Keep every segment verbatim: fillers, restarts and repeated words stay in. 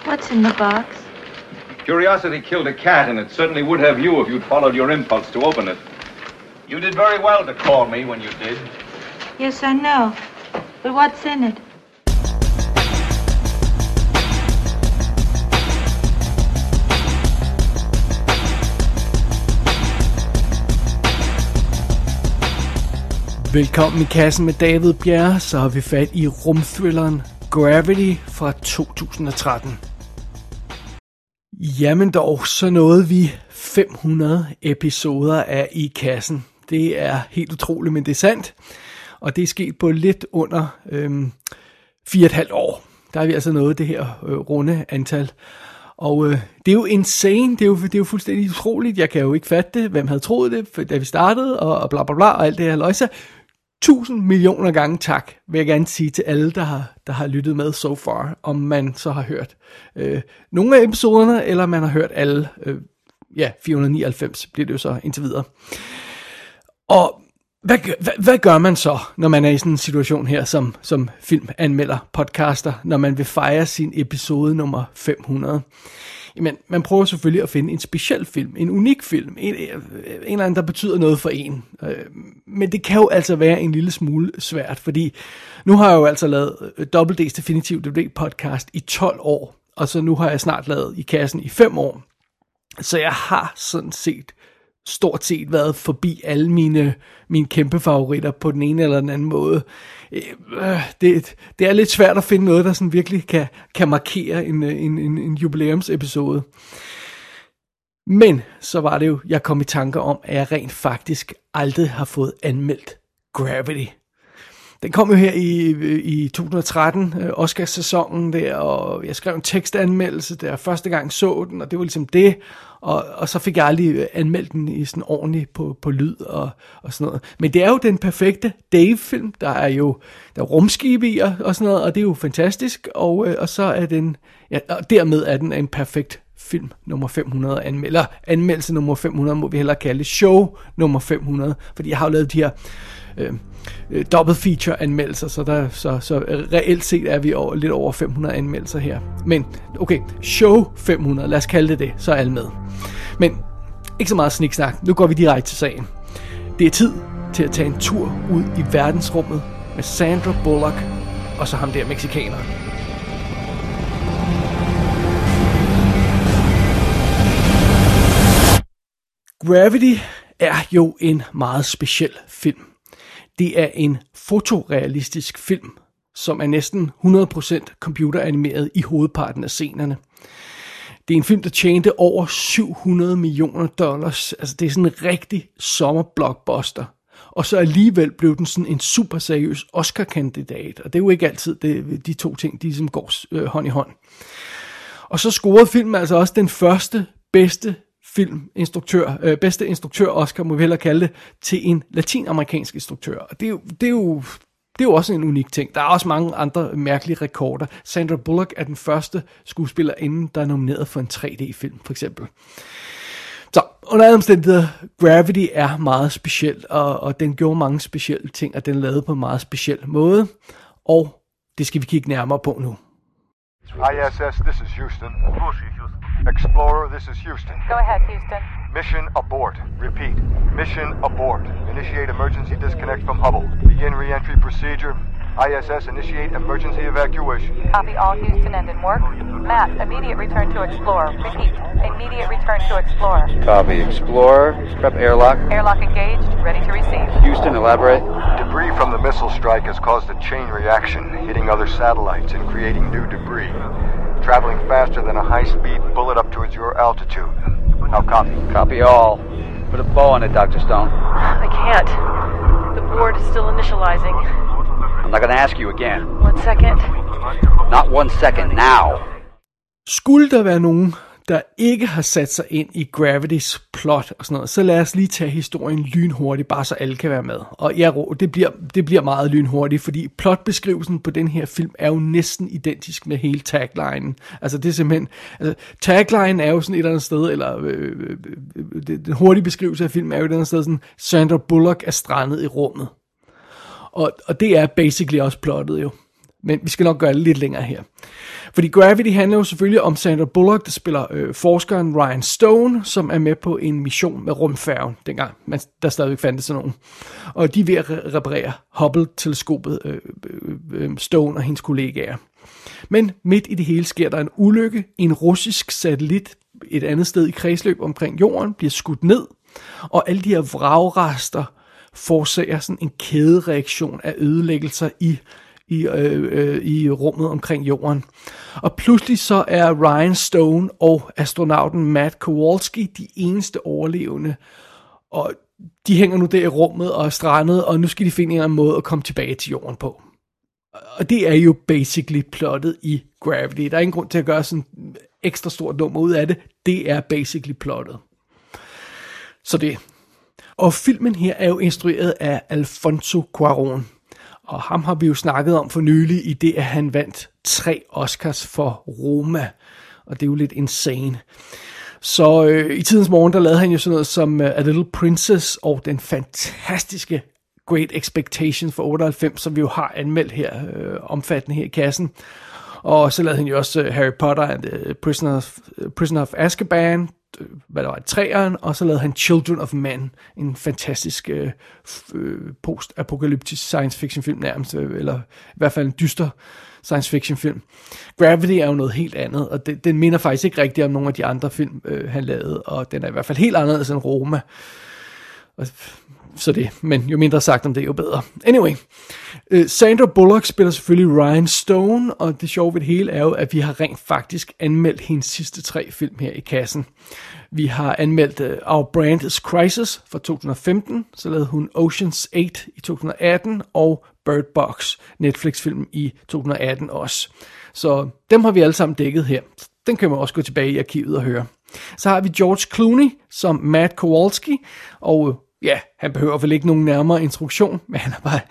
What's in the box? Curiosity killed a cat, and it certainly would have you if you'd followed your impulse to open it. You did very well to call me when you did. Yes, I know. But what's in it? Velkommen i kassen med David Bjerre, så har vi fat i rumthrilleren Gravity fra to tusind og tretten. Jamen dog, så nåede vi fem hundrede episoder af i kassen. Det er helt utroligt, men det er sandt. Og det er sket på lidt under øhm, fire og et halvt år. Der har vi altså nået det her øh, runde antal. Og øh, det er jo insane, det er jo, det er jo fuldstændig utroligt. Jeg kan jo ikke fatte det, hvem havde troet det, da vi startede, og, og bla bla bla, og alt det her løjse. Tusind millioner gange tak, vil jeg gerne sige til alle, der har, der har lyttet med so far, om man så har hørt øh, nogle af episoderne, eller man har hørt alle, øh, ja, fire hundrede nioghalvfems bliver det jo så indtil videre. Og hvad, hvad, hvad gør man så, når man er i sådan en situation her, som, som filmanmelder, podcaster, når man vil fejre sin episode nummer fem hundrede? Jamen, man prøver selvfølgelig at finde en speciel film, en unik film, en, en eller anden, der betyder noget for en. Men det kan jo altså være en lille smule svært, fordi nu har jeg jo altså lavet Double D's Definitive D V D podcast i tolv år, og så nu har jeg snart lavet i kassen i fem år. Så jeg har sådan set stort set været forbi alle mine, mine kæmpe favoritter på den ene eller den anden måde. Det, det er lidt svært at finde noget, der sådan virkelig kan, kan markere en, en, en, en jubilæumsepisode. Men så var det jo, jeg kom i tanker om, at jeg rent faktisk aldrig har fået anmeldt Gravity. Den kom jo her i, i to tusind og tretten, Oscars-sæsonen der, og jeg skrev en tekstanmeldelse, der første gang så den, og det var ligesom det, og, og så fik jeg aldrig anmeldt den i sådan ordentligt på, på lyd og, og sådan noget. Men det er jo den perfekte Dave-film, der er jo der er rumskib i og, og sådan noget, og det er jo fantastisk, og, og så er den, ja, og dermed er den en perfekt film nummer fem hundrede, anmelder, anmeldelse nummer fem hundrede, må vi hellere kalde det, show nummer fem hundrede, fordi jeg har jo lavet de her øh, double feature anmeldelser, så, der, så, så reelt set er vi over, lidt over fem hundrede anmeldelser her. Men okay, show fem hundrede, lad os kalde det det, så er alle med. Men ikke så meget sniksnak, nu går vi direkte til sagen. Det er tid til at tage en tur ud i verdensrummet med Sandra Bullock og så ham der mexikaneren. Gravity er jo en meget speciel film. Det er en fotorealistisk film, som er næsten hundrede procent computeranimeret i hovedparten af scenerne. Det er en film, der tjente over syv hundrede millioner dollars. Altså det er sådan en rigtig sommerblockbuster. Og så alligevel blev den sådan en super seriøs Oscar-kandidat. Og det er jo ikke altid det, de to ting, de ligesom går øh, hånd i hånd. Og så scorede filmen altså også den første bedste filminstruktør, øh, bedste instruktør Oscar, må vi hellere kalde det, til en latinamerikansk instruktør. Og det er jo, det er jo, det er jo også en unik ting. Der er også mange andre mærkelige rekorder. Sandra Bullock er den første skuespillerinde, der er nomineret for en tre D-film, for eksempel. Så under alle omstændigheder, Gravity er meget speciel, og, og den gjorde mange specielle ting, og den er lavet på en meget speciel måde. Og det skal vi kigge nærmere på nu. I S S, this is Houston. Explorer, this is Houston. Go ahead, Houston. Mission abort. Repeat. Mission abort. Initiate emergency disconnect from Hubble. Begin re-entry procedure. I S S, initiate emergency evacuation. Copy all Houston and in work. Matt, immediate return to Explorer. Repeat. Immediate return to Explorer. Copy. Explorer. Prep airlock. Airlock engaged. Ready to receive. Houston, elaborate. Debris from the missile strike has caused a chain reaction, hitting other satellites and creating new debris. Traveling faster than a high-speed bullet up towards your altitude. Now copy. Copy all. Put a bow on it, Doctor Stone. I can't. The board is still initializing. I'm not gonna ask you again. One second. Not one second, now. Skulle der være nogen, der ikke har sat sig ind i Gravity's plot og sådan noget, så lad os lige tage historien lynhurtigt, bare så alle kan være med. Og ja, det bliver, det bliver meget lynhurtigt, fordi plotbeskrivelsen på den her film er jo næsten identisk med hele taglinen. Altså det er simpelthen, altså taglinen er jo sådan et eller andet sted, eller øh, øh, den hurtige beskrivelse af filmen er jo et eller andet sted sådan, Sandra Bullock er strandet i rummet. Og, og det er basically også plottet jo. Men vi skal nok gøre det lidt længere her. Fordi Gravity handler jo selvfølgelig om Sandra Bullock, der spiller øh, forskeren Ryan Stone, som er med på en mission med rumfærgen, dengang man, der stadigvæk fandtes sådan nogen. Og de er ved at re- reparere Hubble-teleskopet, øh, øh, Stone og hendes kollegaer. Men midt i det hele sker der en ulykke. En russisk satellit et andet sted i kredsløb omkring jorden bliver skudt ned, og alle de her vragrester forårsager sådan en kædereaktion af ødelæggelser i I, øh, øh, i rummet omkring jorden. Og pludselig så er Ryan Stone og astronauten Matt Kowalski de eneste overlevende, og de hænger nu der i rummet og er strandet, og nu skal de finde en eller anden måde at komme tilbage til jorden på. Og det er jo basically plottet i Gravity. Der er ingen grund til at gøre sådan ekstra stort nummer ud af det. Det er basically plottet. Så det. Og filmen her er jo instrueret af Alfonso Cuarón. Og ham har vi jo snakket om for nylig, i det at han vandt tre Oscars for Roma. Og det er jo lidt insane. Så øh, i tidens morgen, der lavede han jo sådan noget som uh, A Little Princess og den fantastiske Great Expectations fra otteoghalvfems, som vi jo har anmeldt her, øh, omfattende her i kassen. Og så lavede han jo også uh, Harry Potter and the Prisoner of, uh, Prisoner of Azkaban, hvad der var, træeren, og så lavede han Children of Men, en fantastisk øh, øh, post-apokalyptisk science fiction film nærmest, eller i hvert fald en dyster science fiction film. Gravity er jo noget helt andet, og det, den minder faktisk ikke rigtigt om nogle af de andre film, øh, han lavede, og den er i hvert fald helt anderledes end Roma. Og, så det, men jo mindre sagt om det, jo bedre. Anyway, uh, Sandra Bullock spiller selvfølgelig Ryan Stone, og det sjove ved det hele er jo, at vi har rent faktisk anmeldt hendes sidste tre film her i kassen. Vi har anmeldt uh, Our Brand is Crisis fra to tusind og femten, så lavede hun Ocean's eight i to tusind og atten, og Bird Box, Netflix-film i to tusind og atten også. Så dem har vi alle sammen dækket her. Den kan man også gå tilbage i arkivet og høre. Så har vi George Clooney som Matt Kowalski, og ja, han behøver vel ikke nogen nærmere instruktion, men han er bare,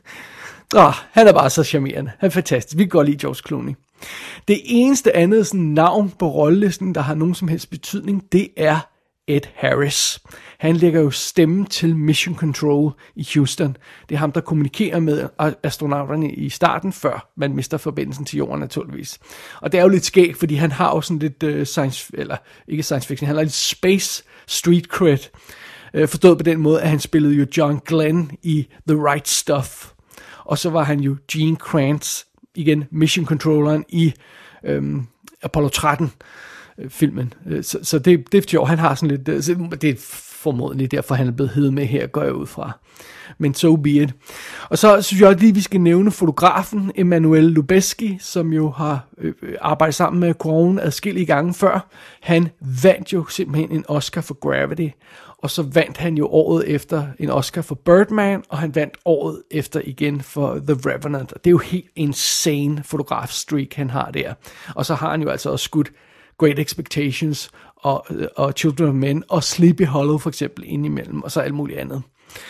oh, han er bare så charmerende. Han er fantastisk. Vi kan godt lide George Clooney. Det eneste andet sådan navn på rollelisten, der har nogen som helst betydning, det er Ed Harris. Han lægger jo stemme til Mission Control i Houston. Det er ham, der kommunikerer med astronauterne i starten, før man mister forbindelsen til jorden naturligvis. Og det er jo lidt skægt, fordi han har jo sådan lidt uh, science, eller ikke science fiction, han har lidt space street cred. Forstået på den måde, at han spillede jo John Glenn i The Right Stuff. Og så var han jo Gene Kranz, igen Mission Controlleren i øhm, Apollo tretten filmen. Så, så det, det er sjovt, han har sådan lidt, det er formodentlig derfor, han er blevet heddet med her, går jeg ud fra. Men so be it. Og så synes jeg lige, vi skal nævne fotografen Emmanuel Lubezki, som jo har øh, arbejdet sammen med Cuarón adskillige gange før. Han vandt jo simpelthen en Oscar for Gravity, og så vandt han jo året efter en Oscar for Birdman, og han vandt året efter igen for The Revenant. Og det er jo helt insane fotografstreak, han har der. Og så har han jo altså også skudt Great Expectations og, og Children of Men og Sleepy Hollow for eksempel indimellem, og så alt muligt andet.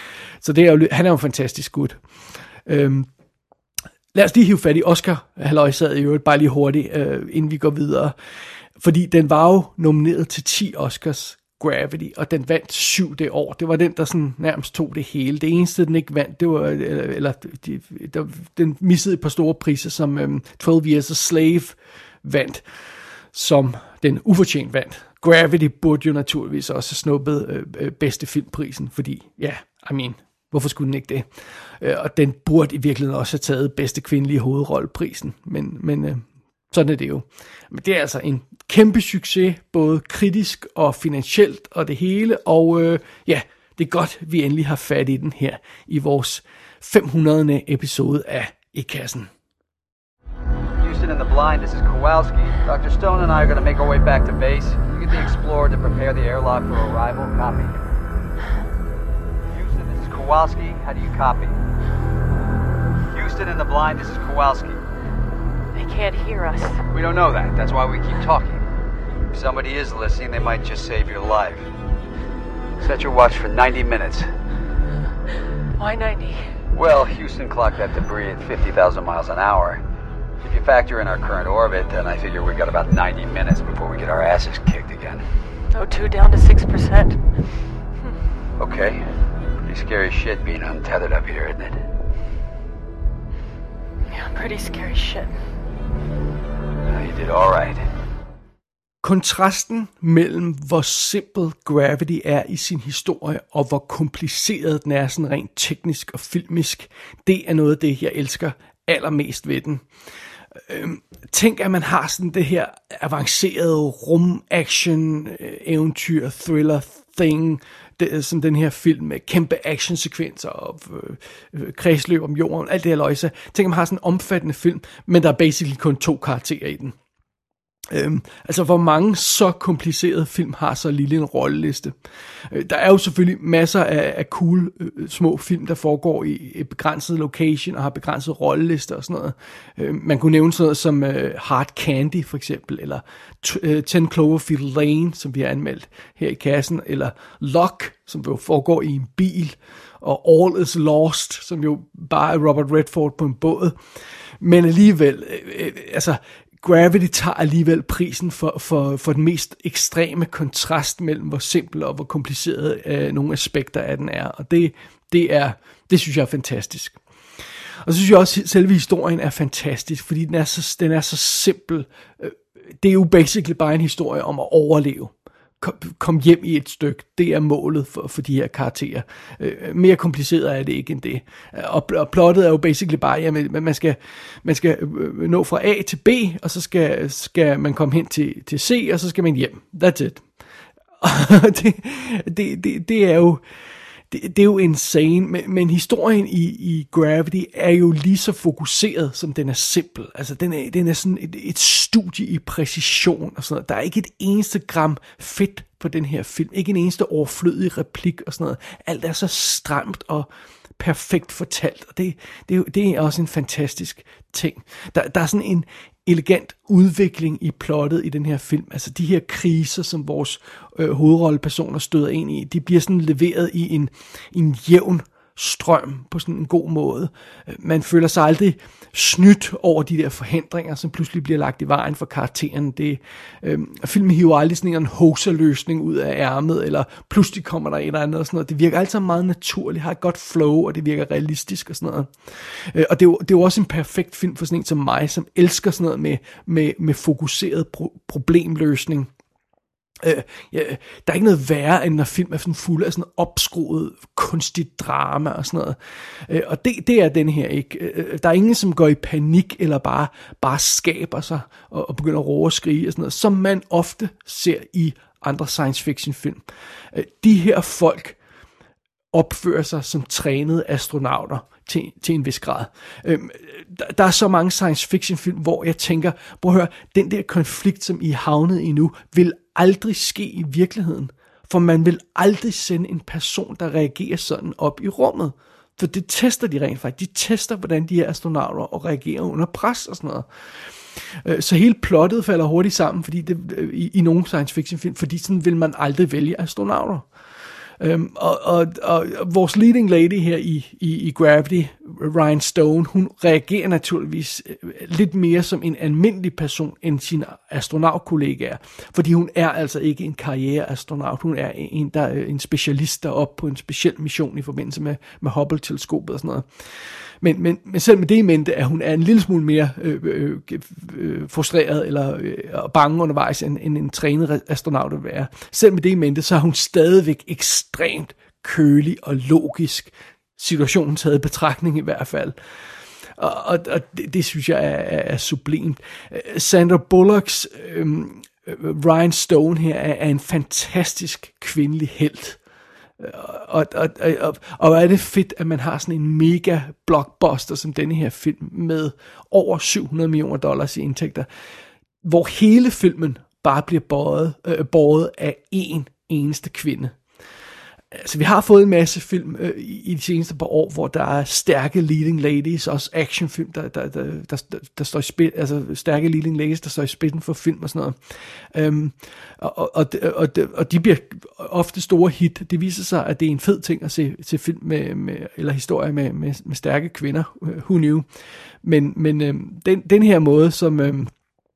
Så det er jo, han er jo fantastisk gut. Øhm, lad os lige hive fat i Oscar, halløjsaget i øvrigt, bare lige hurtigt, øh, inden vi går videre. Fordi den var jo nomineret til ti Oscars, Gravity, og den vandt syv det år. Det var den, der sådan nærmest tog det hele. Det eneste, den ikke vandt, det var, eller, eller de, der, den missede et par store priser, som øhm, twelve Years a Slave vandt, som den ufortjent vandt. Gravity burde jo naturligvis også have snuppet øh, bedste filmprisen, fordi, ja, yeah, I mean, hvorfor skulle den ikke det? Øh, og den burde i virkeligheden også have taget bedste kvindelige hovedrolleprisen, men, men øh, sådan er det jo. Men det er altså en kæmpe succes, både kritisk og finansielt og det hele, og øh, ja, det er godt, vi endelig har fat i den her i vores fem hundrede episode af I Kassen. Houston and the Blind, this is Kowalski. Doctor Stone and I are going to make our way back to base. You get the Explorer to prepare the airlock for arrival. Copy. Houston, this is Kowalski. How do you copy? Houston and the Blind, this is Kowalski. They can't hear us. We don't know that. That's why we keep talking. If somebody is listening, they might just save your life. Set your watch for ninety minutes. Why ninety? Well, Houston clocked that debris at fifty thousand miles an hour. If you factor in our current orbit, then I figure we've got about ninety minutes before we get our asses kicked again. O two down to six percent. Okay. Pretty scary shit being untethered up here, isn't it? Yeah, pretty scary shit. Uh, you did all right. Kontrasten mellem hvor simpel Gravity er i sin historie, og hvor kompliceret den er sådan rent teknisk og filmisk, det er noget af det, jeg elsker allermest ved den. Øhm, tænk, at man har sådan det her avancerede rum-action, eventyr, thriller thing, det, som den her film med kæmpe actionsekvenser og øh, kredsløb om jorden, alt det her løjse. Tænk, at man har sådan en omfattende film, men der er basically kun to karakterer i den. Øhm, altså hvor mange så komplicerede film har så lille en rolleliste. øh, Der er jo selvfølgelig masser af, af cool øh, små film, der foregår i et begrænset location og har begrænset rollelister og sådan noget. øh, Man kunne nævne sådan noget som øh, Hard Candy for eksempel, eller t- øh, ten Cloverfield Lane, som vi har anmeldt her i kassen, eller Lock, som jo foregår i en bil, og All is Lost, som jo bare er Robert Redford på en båd. Men alligevel, øh, øh, altså Gravity tager alligevel prisen for, for, for den mest ekstreme kontrast mellem hvor simpel og hvor kompliceret øh, nogle aspekter af den er. Og det, det, er, det synes jeg er fantastisk. Og så synes jeg også, at selve historien er fantastisk, fordi den er så, den er så simpel. Det er jo basically bare en historie om at overleve. Kom, kom hjem i et stykke. Det er målet for, for de her karakterer. Øh, mere kompliceret er det ikke end det. Og, og plottet er jo basically bare, jamen, man skal, man skal nå fra A til B, og så skal, skal man komme hen til, til C, og så skal man hjem. That's it. det, det, det, det er jo... Det, det er jo insane, men, men historien i, i Gravity er jo lige så fokuseret, som den er simpel. Altså, den er, den er sådan et, et studie i præcision og sådan noget. Der er ikke et eneste gram fedt på den her film. Ikke en eneste overflødig replik og sådan noget. Alt er så stramt og perfekt fortalt, og det, det, det er også en fantastisk ting. Der, der er sådan en elegant udvikling i plottet i den her film. Altså de her kriser, som vores øh, hovedrollepersoner støder ind i, de bliver sådan leveret i en, en jævn strøm på sådan en god måde. Man føler sig aldrig snydt over de der forhindringer, som pludselig bliver lagt i vejen for karakteren. Det, øh, filmen hiver aldrig sådan en hoser-løsning ud af ærmet, eller pludselig kommer der et eller andet og sådan noget. Det virker altid meget naturligt, har et godt flow, og det virker realistisk og sådan noget. Øh, og det er, jo, det er jo også en perfekt film for sådan en som mig, som elsker sådan noget med, med, med fokuseret pro- problemløsning. Øh, ja, der er ikke noget værre, end når film er sådan fuld af sådan opskruet kunstigt drama og sådan noget. Øh, og det, det er den her ikke. Øh, der er ingen, som går i panik, eller bare, bare skaber sig og, og begynder at råbe og skrige og sådan noget, som man ofte ser i andre science fiction film. Øh, de her folk opfører sig som trænede astronauter til, til en vis grad. Øhm, der, der er så mange science fiction film, hvor jeg tænker, prøv at høre, den der konflikt, som I havnet i nu, vil aldrig ske i virkeligheden. For man vil aldrig sende en person, der reagerer sådan op i rummet. For det tester de rent faktisk. De tester, hvordan de her astronauter og reagerer under pres og sådan noget. Så hele plottet falder hurtigt sammen, fordi det, i, i nogle science fiction film, fordi sådan vil man aldrig vælge astronauter. Um, og, og, og vores leading lady her i, i, i Gravity, Ryan Stone, hun reagerer naturligvis lidt mere som en almindelig person end sine astronautkollegaer, fordi hun er altså ikke en karriereastronaut, hun er en, der er en specialist deroppe på en speciel mission i forbindelse med, med Hubble-teleskopet og sådan noget. Men, men, men selv med det i mente, at hun er en lille smule mere øh, øh, øh, frustreret eller øh, bange undervejs, end, end en trænet astronaut vil være. Selv med det i mente, så er hun stadigvæk ekstremt kølig og logisk, situationen taget i betragtning i hvert fald. Og, og, og det, det synes jeg er, er sublimt. Sandra Bullocks øh, Ryan Stone her er, er en fantastisk kvindelig helt. Og, og, og, og hvor er det fedt, at man har sådan en mega blockbuster som denne her film med over syv hundrede millioner dollars i indtægter, hvor hele filmen bare bliver båret, øh, båret af én eneste kvinde. Altså vi har fået en masse film øh, i de seneste par år, hvor der er stærke leading ladies, også actionfilm, der, der, der, der, der, der står i spil, altså stærke leading ladies, der står i spidsen for film og sådan noget. Øhm, og, og, og, og de bliver ofte store hit. Det viser sig, at det er en fed ting at se, se film med, med, eller historier med, med, med stærke kvinder. Who knew? Men, men øhm, den, den her måde, som øhm,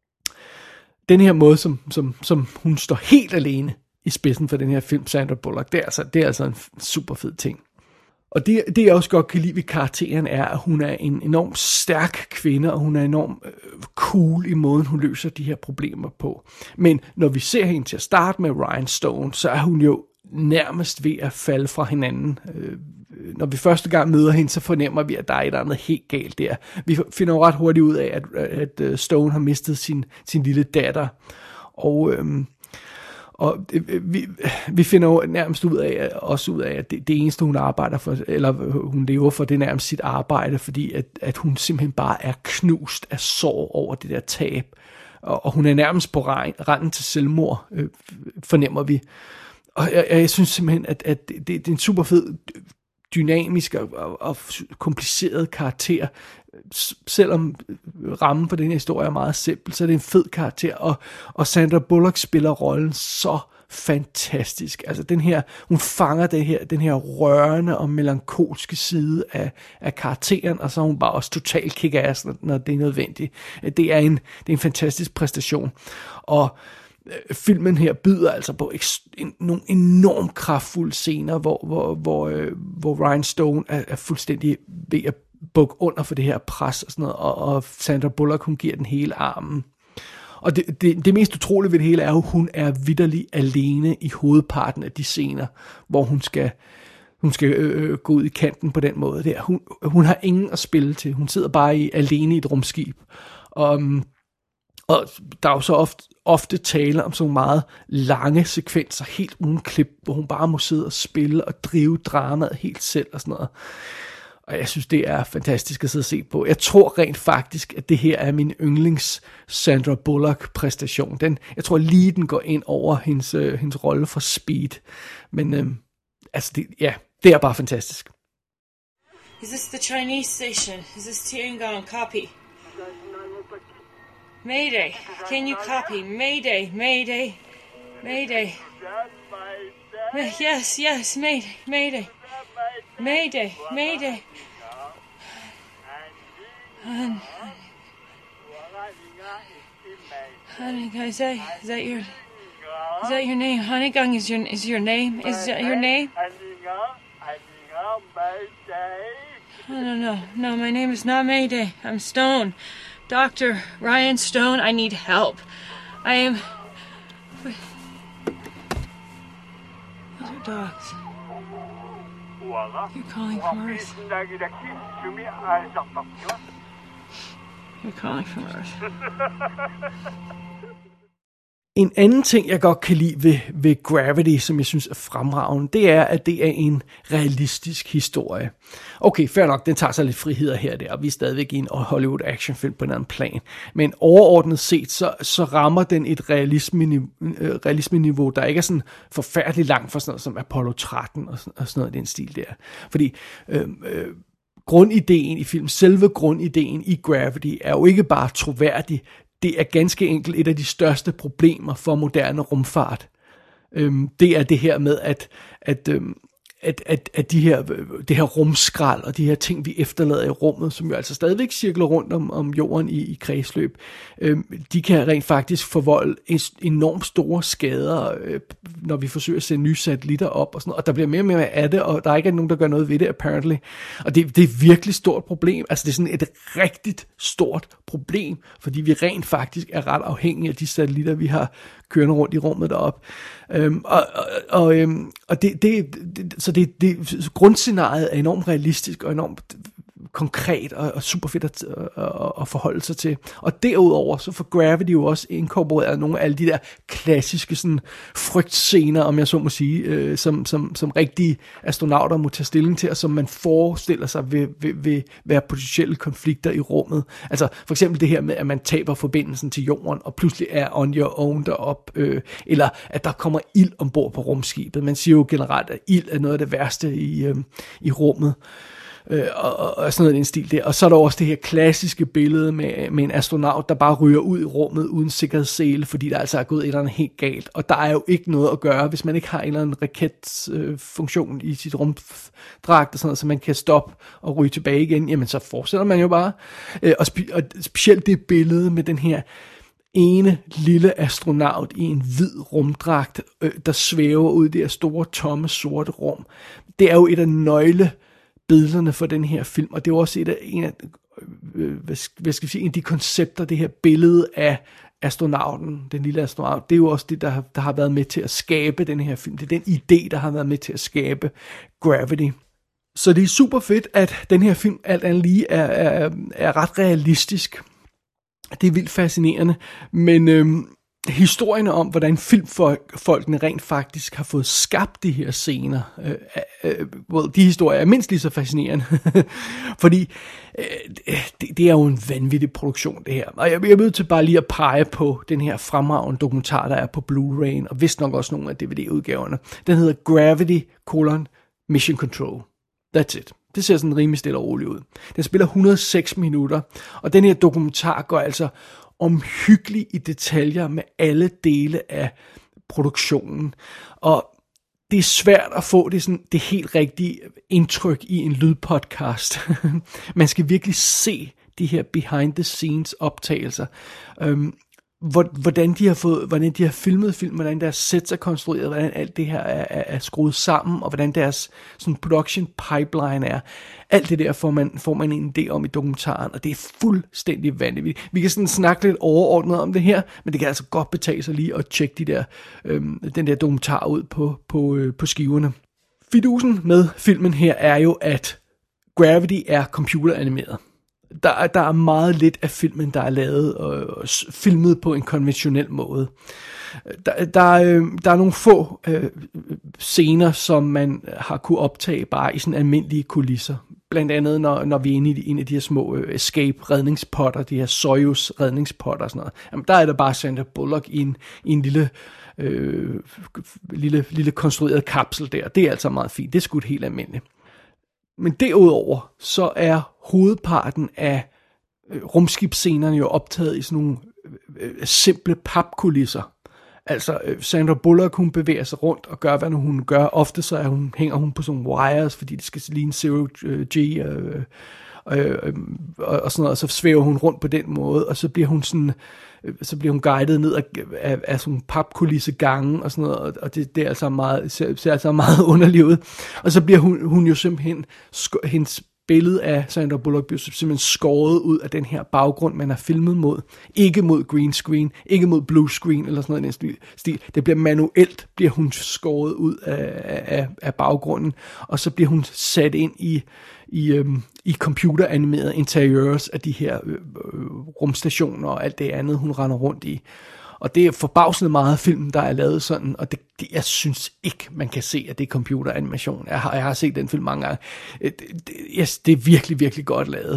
den her måde, som, som, som hun står helt alene i spidsen for den her film, Sandra Bullock, det er altså, det er altså en super fed ting. Og det, det jeg også godt kan lide ved karakteren er, at hun er en enormt stærk kvinde, og hun er enormt øh, cool i måden, hun løser de her problemer på. Men når vi ser hende til at starte med Ryan Stone, så er hun jo nærmest ved at falde fra hinanden. Øh, når vi første gang møder hende, så fornemmer vi, at der er et eller andet helt galt der. Vi finder jo ret hurtigt ud af, at, at Stone har mistet sin, sin lille datter. Og... Øh, Og vi, vi finder jo nærmest ud af, også ud af, at det, det eneste, hun arbejder for, eller hun lever for, det er nærmest sit arbejde, fordi at, at hun simpelthen bare er knust af sorg over det der tab. Og, og hun er nærmest på randen til selvmord, øh, fornemmer vi. Og jeg, jeg synes simpelthen, at, at det, det er en super fed, dynamisk og, og, og kompliceret karakter. Selvom rammen for den her historie er meget simpel, så er det en fed karakter, og, og Sandra Bullock spiller rollen så fantastisk. Altså den her, hun fanger den her, den her rørende og melankolske side af, af karakteren, og så er hun bare også totalt kick-ass, når, når det er nødvendigt. Det er en, det er en fantastisk præstation. Og filmen her byder altså på en, nogle enormt kraftfulde scener, hvor, hvor, hvor, øh, hvor Ryan Stone er, er fuldstændig ved at bukke under for det her pres og sådan noget, og, og Sandra Bullock, hun giver den hele armen. Og det, det, det mest utrolige ved det hele er jo, at hun er vitterlig alene i hovedparten af de scener, hvor hun skal, hun skal øh, gå ud i kanten på den måde der. Hun, hun har ingen at spille til. Hun sidder bare i, alene i et rumskib. Og, og der er jo så ofte, ofte tale om sådan meget lange sekvenser, helt uden klip, hvor hun bare må sidde og spille og drive dramaet helt selv og sådan noget. Og jeg synes, det er fantastisk at sidde og se på. Jeg tror rent faktisk, at det her er min yndlings Sandra Bullock præstation. Den, jeg tror lige, den går ind over hendes, øh, hendes rolle for Speed. Men øh, altså, det, ja, det er bare fantastisk. Is this the Chinese station? Is this Tiangong? Copy. Mayday. Can you copy? Mayday, Mayday, Mayday. Yes, yes, Mayday, Mayday. Mayday, Mayday. Honey, honey, honey, is that, is that your, is that your name? Honeygung is your, is your name? Is that your name? Oh, no, no, no, my name is not Mayday. I'm Stone. Doctor Ryan Stone, I need help. I am... Those are dogs. You're calling from Earth. You're calling from Earth. En anden ting, jeg godt kan lide ved, ved Gravity, som jeg synes er fremragende, det er, at det er en realistisk historie. Okay, fair nok, den tager sig lidt friheder her og der, og vi er stadigvæk i en Hollywood actionfilm på en anden plan. Men overordnet set, så, så rammer den et realisme-niveau, realisme-niveau, der ikke er sådan forfærdeligt langt fra sådan noget som Apollo tretten og sådan, og sådan noget i den stil der. Fordi... Øh, øh, grundideen i film, selve grundideen i Gravity, er jo ikke bare troværdig. Det er ganske enkelt et af de største problemer for moderne rumfart. Øhm, det er det her med, at, at, øhm, at, at, at de her, det her rumskrald og de her ting, vi efterlader i rummet, som jo altså stadigvæk cirkler rundt om, om jorden i, i kredsløb, øhm, de kan rent faktisk forvolde enormt store skader, øh, når vi forsøger at sende nye satellitter op og sådan noget. Og der bliver mere og mere af det, og der er ikke nogen, der gør noget ved det, apparently. Og det, det er et virkelig stort problem. Altså det er sådan et rigtigt stort problem, fordi vi rent faktisk er ret afhængige af de satellitter, vi har kørende rundt i rummet deroppe. Øhm, og og, og, øhm, og det, det, det, så det, det, grundscenariet er enormt realistisk og enormt konkret og, og super fedt at, at, at forholde sig til. Og derudover så får Gravity jo også inkorporeret nogle af alle de der klassiske sådan frygtscener, om jeg så må sige, øh, som, som, som rigtige astronauter må tage stilling til, og som man forestiller sig vil, vil, vil være potentielle konflikter i rummet. Altså for eksempel det her med, at man taber forbindelsen til jorden, og pludselig er on your own derop, øh, eller at der kommer ild ombord på rumskibet. Man siger jo generelt, at ild er noget af det værste i, øh, i rummet. Øh, og, og sådan noget i den stil der. Og så er der også det her klassiske billede med, med en astronaut, der bare ryger ud i rummet uden sikkerhedssele, fordi der altså er gået et eller andet helt galt. Og der er jo ikke noget at gøre, hvis man ikke har en eller anden raketfunktion øh, i sit rumdragt, og sådan noget, så man kan stoppe og ryge tilbage igen. Jamen så fortsætter man jo bare. Øh, og, spe, og specielt det billede med den her ene lille astronaut i en hvid rumdragt, øh, der svæver ud i det her store, tomme, sorte rum. Det er jo et af nøgle billederne for den her film, og det er også et af, en af øh, hvad skal vi sige, en af de koncepter, det her billede af astronauten, den lille astronaut, det er jo også det, der, der har været med til at skabe den her film. Det er den idé, der har været med til at skabe Gravity. Så det er super fedt, at den her film alt andet lige er, er, er ret realistisk. Det er vildt fascinerende, men øhm, historierne om, hvordan filmfolkene rent faktisk har fået skabt de her scener, øh, øh, well, de historier er mindst lige så fascinerende, fordi øh, det, det er jo en vanvittig produktion, det her. Og jeg, jeg er nødt til bare lige at pege på den her fremragende dokumentar, der er på Blu-ray, og vist nok også nogle af D V D-udgaverne. Den hedder Gravity, colon, Mission Control. That's it. Det ser sådan rimelig stille og roligt ud. Den spiller et hundrede og seks minutter, og den her dokumentar går altså omhyggelig i detaljer med alle dele af produktionen. Og det er svært at få det, sådan, det helt rigtige indtryk i en lydpodcast. Man skal virkelig se de her behind the scenes optagelser. Um, hvordan de har fået, hvordan de har filmet film, hvordan deres sets er konstrueret, hvordan alt det her er, er, er skruet sammen, og hvordan deres sådan production pipeline er. Alt det der får man, får man en idé om i dokumentaren, og det er fuldstændig vanvittigt. Vi kan sådan snakke lidt overordnet om det her, men det kan altså godt betale sig lige at tjekke de der, øhm, den der dokumentar ud på, på, øh, på skiverne. Fidusen med filmen her er jo, at Gravity er computeranimeret. Der, der er meget lidt af filmen, der er lavet og filmet på en konventionel måde. Der, der, øh, der er nogle få øh, scener, som man har kunne optage bare i sådan almindelige kulisser. Blandt andet, når, når vi er inde i en af de her små øh, escape-redningspotter, de her Soyuz-redningspotter og sådan noget. Jamen, der er der bare Sandra Bullock i en, i en lille, øh, lille, lille konstrueret kapsel der. Det er altså meget fint. Det er skudt helt almindeligt. Men derudover, så er hovedparten af øh, rumskibsscenerne jo optaget i sådan nogle øh, simple papkulisser. Altså øh, Sandra Bullock, hun bevæger sig rundt og gør, hvad hun gør. Ofte så er hun, hænger hun på sådan wires, fordi det skal ligne zero G øh, øh, øh, og sådan noget. Og så svæver hun rundt på den måde, og så bliver hun sådan... så bliver hun guidet ned af, af, af sådan papkulisse gange og sådan noget, og det, det er altså meget, ser, ser altså meget underligt ud. Og så bliver hun, hun jo simpelthen, sk- hendes billede af Sandra Bullock bliver simpelthen skåret ud af den her baggrund, man har filmet mod. Ikke mod green screen, ikke mod blue screen eller sådan noget i den stil. Det bliver manuelt, bliver hun skåret ud af, af, af baggrunden, og så bliver hun sat ind i i, øhm, i computeranimerede interiørs af de her øh, øh, rumstationer og alt det andet, hun render rundt i. Og det er forbavsende meget film, der er lavet sådan, og det, det, jeg synes ikke, man kan se, at det er computeranimation. Jeg har, jeg har set den film mange gange. Det, det, yes, det er virkelig, virkelig godt lavet.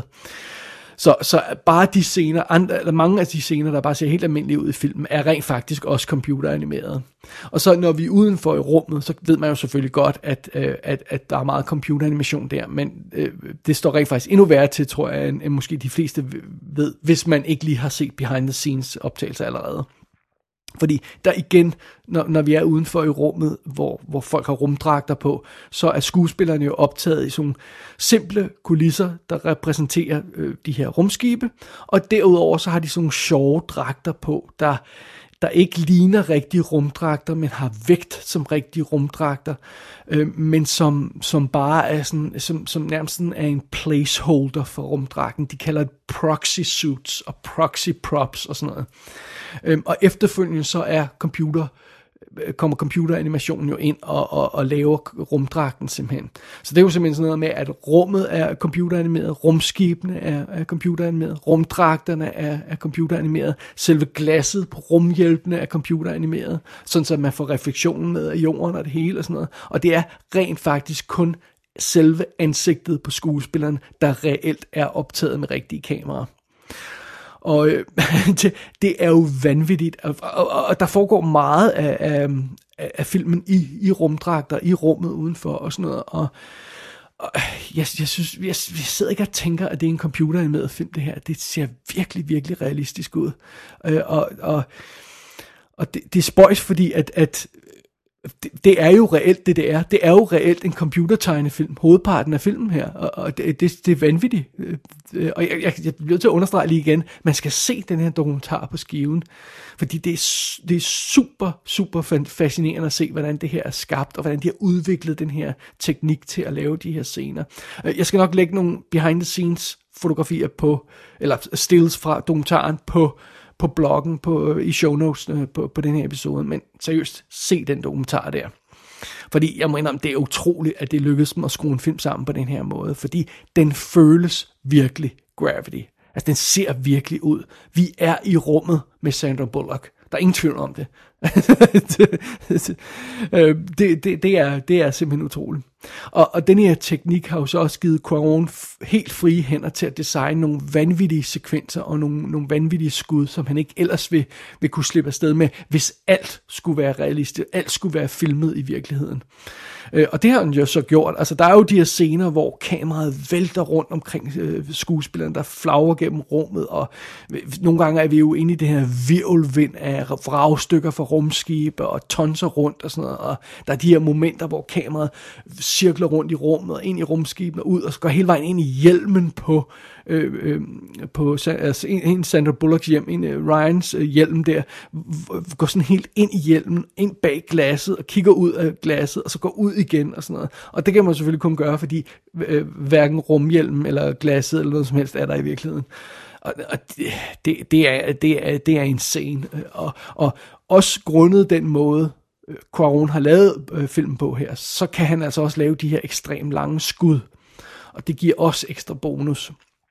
Så, så bare de scener, andre, eller mange af de scener, der bare ser helt almindelige ud i filmen, er rent faktisk også computeranimeret. Og så når vi er udenfor i rummet, så ved man jo selvfølgelig godt, at, øh, at, at der er meget computeranimation der, men øh, det står rent faktisk endnu værre til, tror jeg, end, end måske de fleste ved, hvis man ikke lige har set behind the scenes optagelser allerede. Fordi der igen, når, når vi er udenfor i rummet, hvor, hvor folk har rumdragter på, så er skuespillerne jo optaget i sådan simple kulisser, der repræsenterer øh, de her rumskibe, og derudover så har de sådan nogle sjove dragter på, der, der ikke ligner rigtige rumdragter, men har vægt som rigtige rumdragter, øh, men som, som bare er sådan, som, som nærmest sådan er en placeholder for rumdragten. De kalder det proxy suits og proxy props og sådan noget. Øh, og efterfølgende så er computer kommer computeranimationen jo ind og, og, og laver rumdragten simpelthen. Så det er jo simpelthen sådan noget med, at rummet er computeranimeret, rumskibene er, er computeranimeret, rumdragterne er, er computeranimeret, selve glasset på rumhjælpene er computeranimeret, sådan så man får refleksionen med af jorden og det hele og sådan noget. Og det er rent faktisk kun selve ansigtet på skuespilleren, der reelt er optaget med rigtige kameraer. Og øh, det, det er jo vanvittigt, og, og, og der foregår meget af, af, af filmen i, i rumdragter, i rummet udenfor og sådan noget, og, og jeg, jeg synes, jeg, jeg sidder ikke og tænker, at det er en computeranimeret film, det her. Det ser virkelig, virkelig realistisk ud, øh, og, og, og det, det er spøjs, fordi at, at det, det er jo reelt det, det er. Det er jo reelt en computertegnefilm, hovedparten af filmen her, og, og det, det, det er vanvittigt. Og jeg, jeg, jeg bliver til at understrege lige igen, man skal se den her dokumentar på skiven, fordi det er, det er super, super fascinerende at se, hvordan det her er skabt, og hvordan de har udviklet den her teknik til at lave de her scener. Jeg skal nok lægge nogle behind the scenes fotografier på, eller stills fra dokumentaren på, på bloggen, på, i show notes på, på den her episode, men seriøst, se den dokumentar der. Fordi jeg må indrømme, det er utroligt, at det lykkedes dem at skrue en film sammen på den her måde, fordi den føles virkelig Gravity. Altså, den ser virkelig ud. Vi er i rummet med Sandra Bullock. Der er ingen tvivl om det. det, det, det, er, det er simpelthen utroligt. Og, og den her teknik har jo så også givet Cuarón helt frie hænder til at designe nogle vanvittige sekvenser og nogle, nogle vanvittige skud, som han ikke ellers vil, vil kunne slippe afsted med, hvis alt skulle være realistisk, alt skulle være filmet i virkeligheden. Øh, og det har han jo så gjort. Altså, der er jo de her scener, hvor kameraet vælter rundt omkring øh, skuespillerne, der flagrer gennem rummet, og nogle gange er vi jo inde i det her virvelvind af vragstykker fra rumskibe og tonser rundt og sådan noget, og der er de her momenter, hvor kameraet cirkler rundt i rummet og ind i rumskibet og ud, og går hele vejen ind i hjelmen på, øh, øh, på altså en Sandra Bullocks hjem, en uh, Ryans øh, hjelm der, går sådan helt ind i hjelmen, ind bag glasset og kigger ud af glasset, og så går ud igen og sådan noget. Og det kan man selvfølgelig kun gøre, fordi øh, hverken rumhjelmen eller glasset eller noget som helst er der i virkeligheden. Og, og det, det, det, er, det, er, det er insane. Og, og også grundet den måde, Cuarón har lavet øh, filmen på her, så kan han altså også lave de her ekstremt lange skud. Og det giver også ekstra bonus.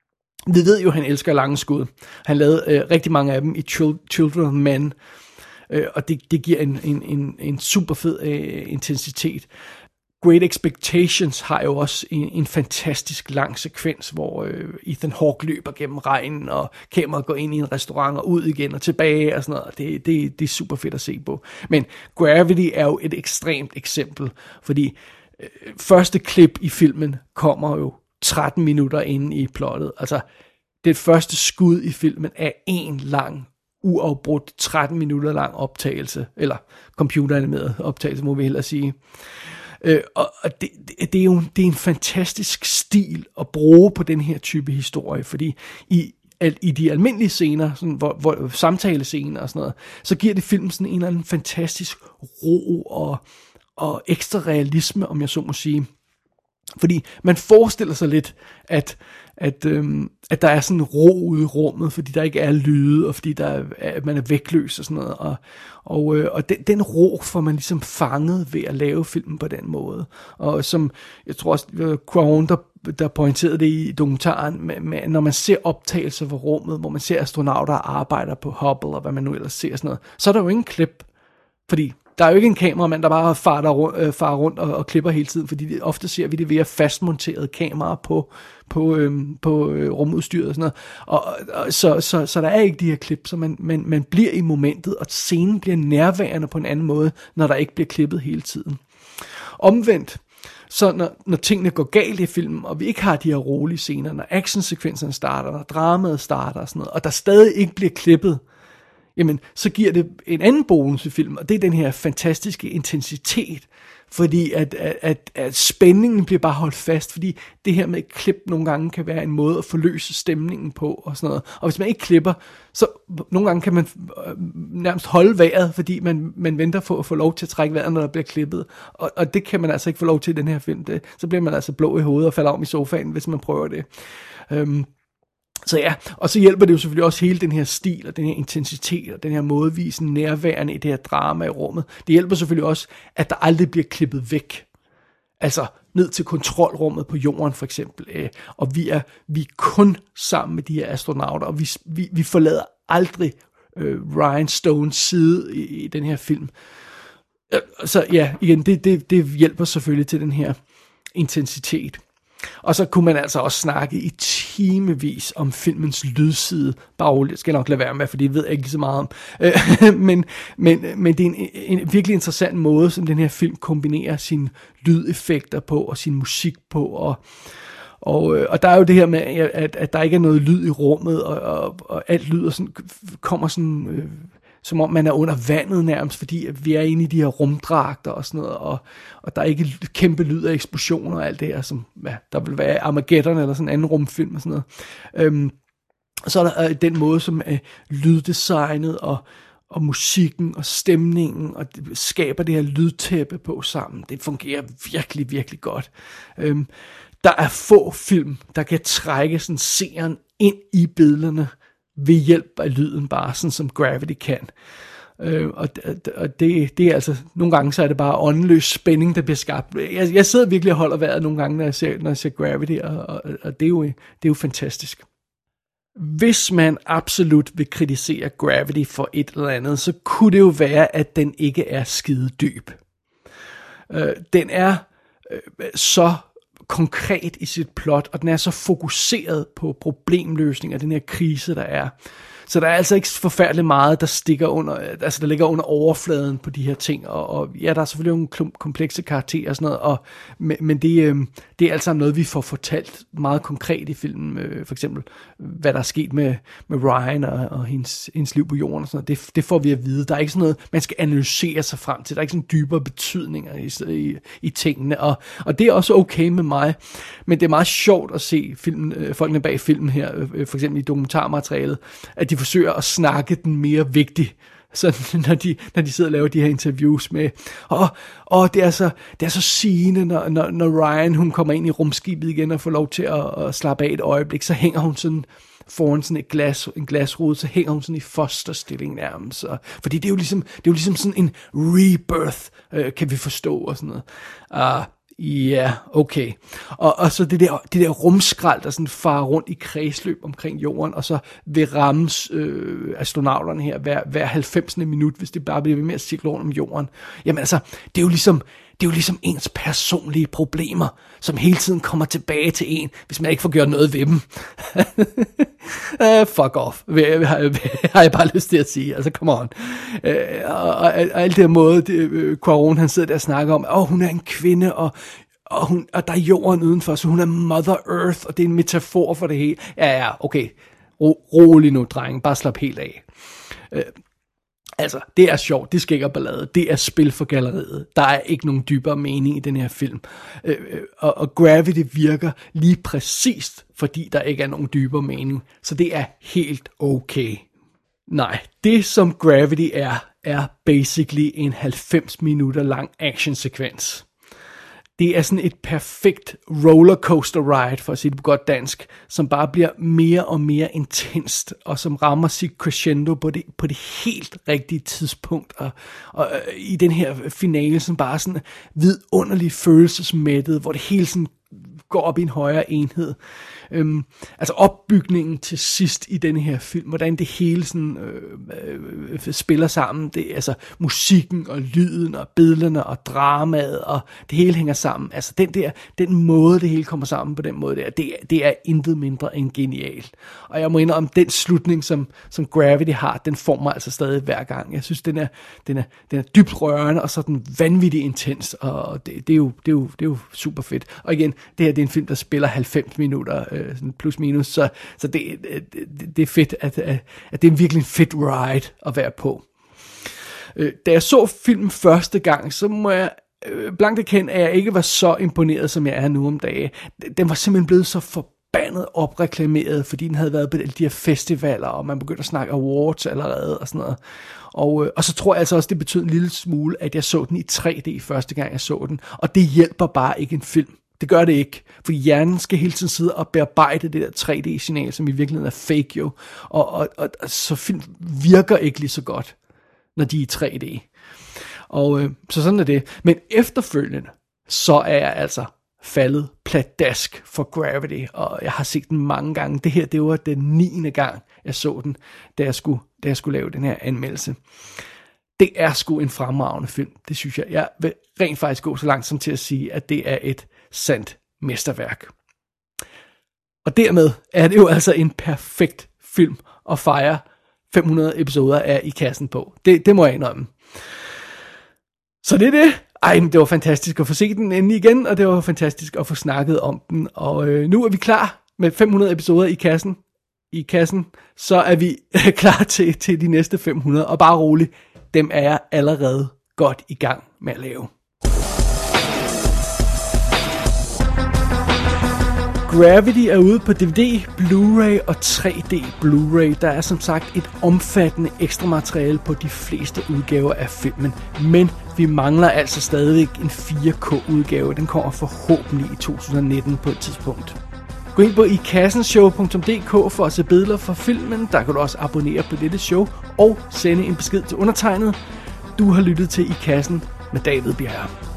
Vi ved jo, at han elsker lange skud. Han lavede øh, rigtig mange af dem i Children of Men. Øh, og det, det giver en, en, en, en super fed øh, intensitet. Great Expectations har jo også en, en fantastisk lang sekvens, hvor øh, Ethan Hawke løber gennem regnen, og kameraet går ind i en restaurant og ud igen og tilbage og sådan noget. Det, det, det er super fedt at se på. Men Gravity er jo et ekstremt eksempel, fordi øh, første klip i filmen kommer jo tretten minutter inde i plottet. Altså, det første skud i filmen er en lang, uafbrudt tretten minutter lang optagelse, eller computeranimeret optagelse, må vi hellere sige. Øh, og og det, det, det er jo det er en fantastisk stil at bruge på den her type historie, fordi i, i de almindelige scener, sådan, hvor, hvor samtalescener og sådan noget, så giver det filmen sådan en eller anden fantastisk ro og, og ekstra realisme, om jeg så må sige. Fordi man forestiller sig lidt, at, at, øhm, at der er sådan en ro ude i rummet, fordi der ikke er lyde, og fordi der er, at man er vægtløs og sådan noget. Og, og, øh, og den, den ro får man ligesom fanget ved at lave filmen på den måde. Og som, jeg tror også, Cuarón, der, der pointerede det i dokumentaren, med, med, når man ser optagelser fra rummet, hvor man ser astronauter, der arbejder på Hubble, og hvad man nu ellers ser sådan noget, så er der jo ingen klip, fordi der er jo ikke en kameramand, der bare farer rundt, øh, farer rundt og, og klipper hele tiden, fordi det, ofte ser vi det ved at fastmonterede kameraer på, på, øhm, på øh, rumudstyret og sådan noget. Og, og, så, så, så der er ikke de her klip, så man, man, man bliver i momentet, og scenen bliver nærværende på en anden måde, når der ikke bliver klippet hele tiden. Omvendt, så når, når tingene går galt i filmen, og vi ikke har de her rolige scener, når actionsekvenserne starter, når dramaet starter og sådan noget, og der stadig ikke bliver klippet, jamen, så giver det en anden bonus i filmen, og det er den her fantastiske intensitet, fordi at, at, at, at spændingen bliver bare holdt fast, fordi det her med et klip nogle gange kan være en måde at forløse stemningen på, og sådan noget. Og hvis man ikke klipper, så nogle gange kan man nærmest holde vejret, fordi man, man venter på at få lov til at trække vejret, når der bliver klippet, og, og det kan man altså ikke få lov til i den her film. Det, så bliver man altså blå i hovedet og falder om i sofaen, hvis man prøver det. Um, Så ja, og så hjælper det jo selvfølgelig også hele den her stil, og den her intensitet, og den her mådevise nærværende i det her drama i rummet. Det hjælper selvfølgelig også, at der aldrig bliver klippet væk. Altså ned til kontrolrummet på jorden for eksempel. Øh, og vi er, vi er kun sammen med de her astronauter, og vi, vi, vi forlader aldrig øh, Ryan Stones side i, i den her film. Øh, så ja, igen, det, det, det hjælper selvfølgelig til den her intensitet. Og så kunne man altså også snakke i timevis om filmens lydside. Bare roligt, skal jeg nok lade være med, for det ved jeg ikke så meget om. men, men, men det er en, en virkelig interessant måde, som den her film kombinerer sine lydeffekter på, og sin musik på. Og, og, og der er jo det her med, at, at der ikke er noget lyd i rummet, og, og, og alt lyd sådan, kommer sådan... Øh, som om man er under vandet nærmest, fordi vi er inde i de her rumdragter og sådan noget, og, og der er ikke kæmpe lyd af eksplosioner og alt det her, som ja, der vil være Armageddon eller sådan en anden rumfilm og sådan noget. Øhm, så er der øh, den måde, som er lyddesignet og, og musikken og stemningen, og det skaber det her lydtæppe på sammen. Det fungerer virkelig, virkelig godt. Øhm, der er få film, der kan trække sådan seeren ind i billederne ved hjælp af lyden, bare sådan som Gravity kan. Øh, og og det, det er altså, nogle gange så er det bare åndeløs spænding, der bliver skabt. Jeg, jeg sidder virkelig og holder vejret nogle gange, når jeg ser, når jeg ser Gravity, og, og, og det, er jo, det er jo fantastisk. Hvis man absolut vil kritisere Gravity for et eller andet, så kunne det jo være, at den ikke er skide dyb. Øh, den er øh, så konkret i sit plot, og den er så fokuseret på problemløsning af den her krise, der er. Så der er altså ikke forfærdeligt meget, der stikker under, altså der ligger under overfladen på de her ting, og, og ja, der er selvfølgelig nogle komplekse karakterer og sådan noget, og, men, men det, øh, det er altså noget, vi får fortalt meget konkret i filmen, øh, for eksempel, hvad der er sket med, med Ryan og, og hendes, hendes liv på jorden og sådan noget, det, det får vi at vide. Der er ikke sådan noget, man skal analysere sig frem til, der er ikke sådan dybere betydninger i, i, i tingene, og, og det er også okay med mig, men det er meget sjovt at se filmen, øh, folkene bag filmen her, øh, for eksempel i dokumentarmaterialet, at de forsøger at snakke den mere vigtig, så når de, når de sidder og laver de her interviews med, og, og det er så, det er så sigende, når, når, når Ryan, hun kommer ind i rumskibet igen og får lov til at, at slappe af et øjeblik, så hænger hun sådan foran sådan et glas, en glasrude, så hænger hun sådan i fosterstilling nærmest, og, fordi det er jo ligesom, det er jo ligesom sådan en rebirth, øh, kan vi forstå, og sådan noget. Uh, Ja, yeah, okay. Og, og så det der, det der rumskrald, der sådan farer rundt i kredsløb omkring jorden, og så vil ramme øh, astronauterne her hver, hver halvfemsende minut, hvis det bare bliver ved med at cirkle rundt om jorden. Jamen altså, det er jo ligesom, det er jo ligesom ens personlige problemer, som hele tiden kommer tilbage til en, hvis man ikke får gjort noget ved dem. uh, fuck off, har jeg bare lyst til at sige. Altså, come on. Uh, og, og, og alt det her måde, det, uh, Quaron, han sidder der og snakker om, åh, oh, hun er en kvinde, og, og, hun, og der er jorden udenfor, så hun er Mother Earth, og det er en metafor for det hele. Ja, ja, okay. Ro, rolig nu, drenge. Bare slap helt af. Uh, Altså, det er sjovt, det skal ikke have ballade, det er spil for galleriet. Der er ikke nogen dybere mening i den her film. Øh, og, og Gravity virker lige præcist, fordi der ikke er nogen dybere mening. Så det er helt okay. Nej, det som Gravity er, er basically en halvfems minutter lang actionsekvens. Det er sådan et perfekt rollercoaster ride, for at sige det på godt dansk, som bare bliver mere og mere intenst, og som rammer sit crescendo på det, på det helt rigtige tidspunkt, og, og øh, i den her finale, som bare sådan vidunderligt følelsesmættet, hvor det hele sådan går op i en højere enhed. Øhm, altså opbygningen til sidst i denne her film, hvordan det hele sådan, øh, øh, spiller sammen, det, altså musikken og lyden og billederne og dramaet, og det hele hænger sammen. Altså den der, den måde det hele kommer sammen på den måde der, det, det er intet mindre end genial. Og jeg må indrømme, den slutning, som, som Gravity har, den får mig altså stadig hver gang. Jeg synes, den er, den er, den er dybt rørende, og så den vanvittigt intens, og det, det, er jo, det, er jo, det er jo super fedt. Og igen, det her det er en film, der spiller halvfems minutter, øh, plus minus, så, så det, det, det er fedt, at, at det er virkelig en fedt ride at være på. Øh, da jeg så filmen første gang, så må jeg øh, blankt erkende, at jeg ikke var så imponeret, som jeg er nu om dagen. Den var simpelthen blevet så forbandet opreklameret, fordi den havde været på de her festivaler, og man begyndte at snakke awards allerede, og sådan noget. Og, øh, og så tror jeg altså også, det betød en lille smule, at jeg så den i tre D første gang, jeg så den, og det hjælper bare ikke en film. Det gør det ikke, for hjernen skal hele tiden sidde og bearbejde det der tre D-signal, som i virkeligheden er fake jo, og, og, og, og så film virker ikke lige så godt, når de er i tre D. Og øh, så sådan er det. Men efterfølgende, så er jeg altså faldet pladask for Gravity, og jeg har set den mange gange. Det her, det var den niende gang, jeg så den, da jeg skulle, da jeg skulle lave den her anmeldelse. Det er sgu en fremragende film, det synes jeg. Jeg vil rent faktisk gå så langt som til at sige, at det er et sandt mesterværk. Og dermed er det jo altså en perfekt film at fejre fem hundrede episoder af I Kassen på. Det, det må jeg indrømme. Så det er det. Ej, men det var fantastisk at få set den endelig igen, og det var fantastisk at få snakket om den. Og øh, nu er vi klar med fem hundrede episoder i kassen. i kassen, så er vi klar til, til de næste fem hundrede. Og bare rolig, dem er jeg allerede godt i gang med at lave. Gravity er ude på D V D, Blu-ray og tre D Blu-ray. Der er som sagt et omfattende ekstra materiale på de fleste udgaver af filmen. Men vi mangler altså stadig en fire K udgave. Den kommer forhåbentlig i to tusind nitten på et tidspunkt. Gå ind på i kassen show punktum d k for at se billeder fra filmen. Der kan du også abonnere på dette show og sende en besked til undertegnet. Du har lyttet til I Kassen med David Bjerre.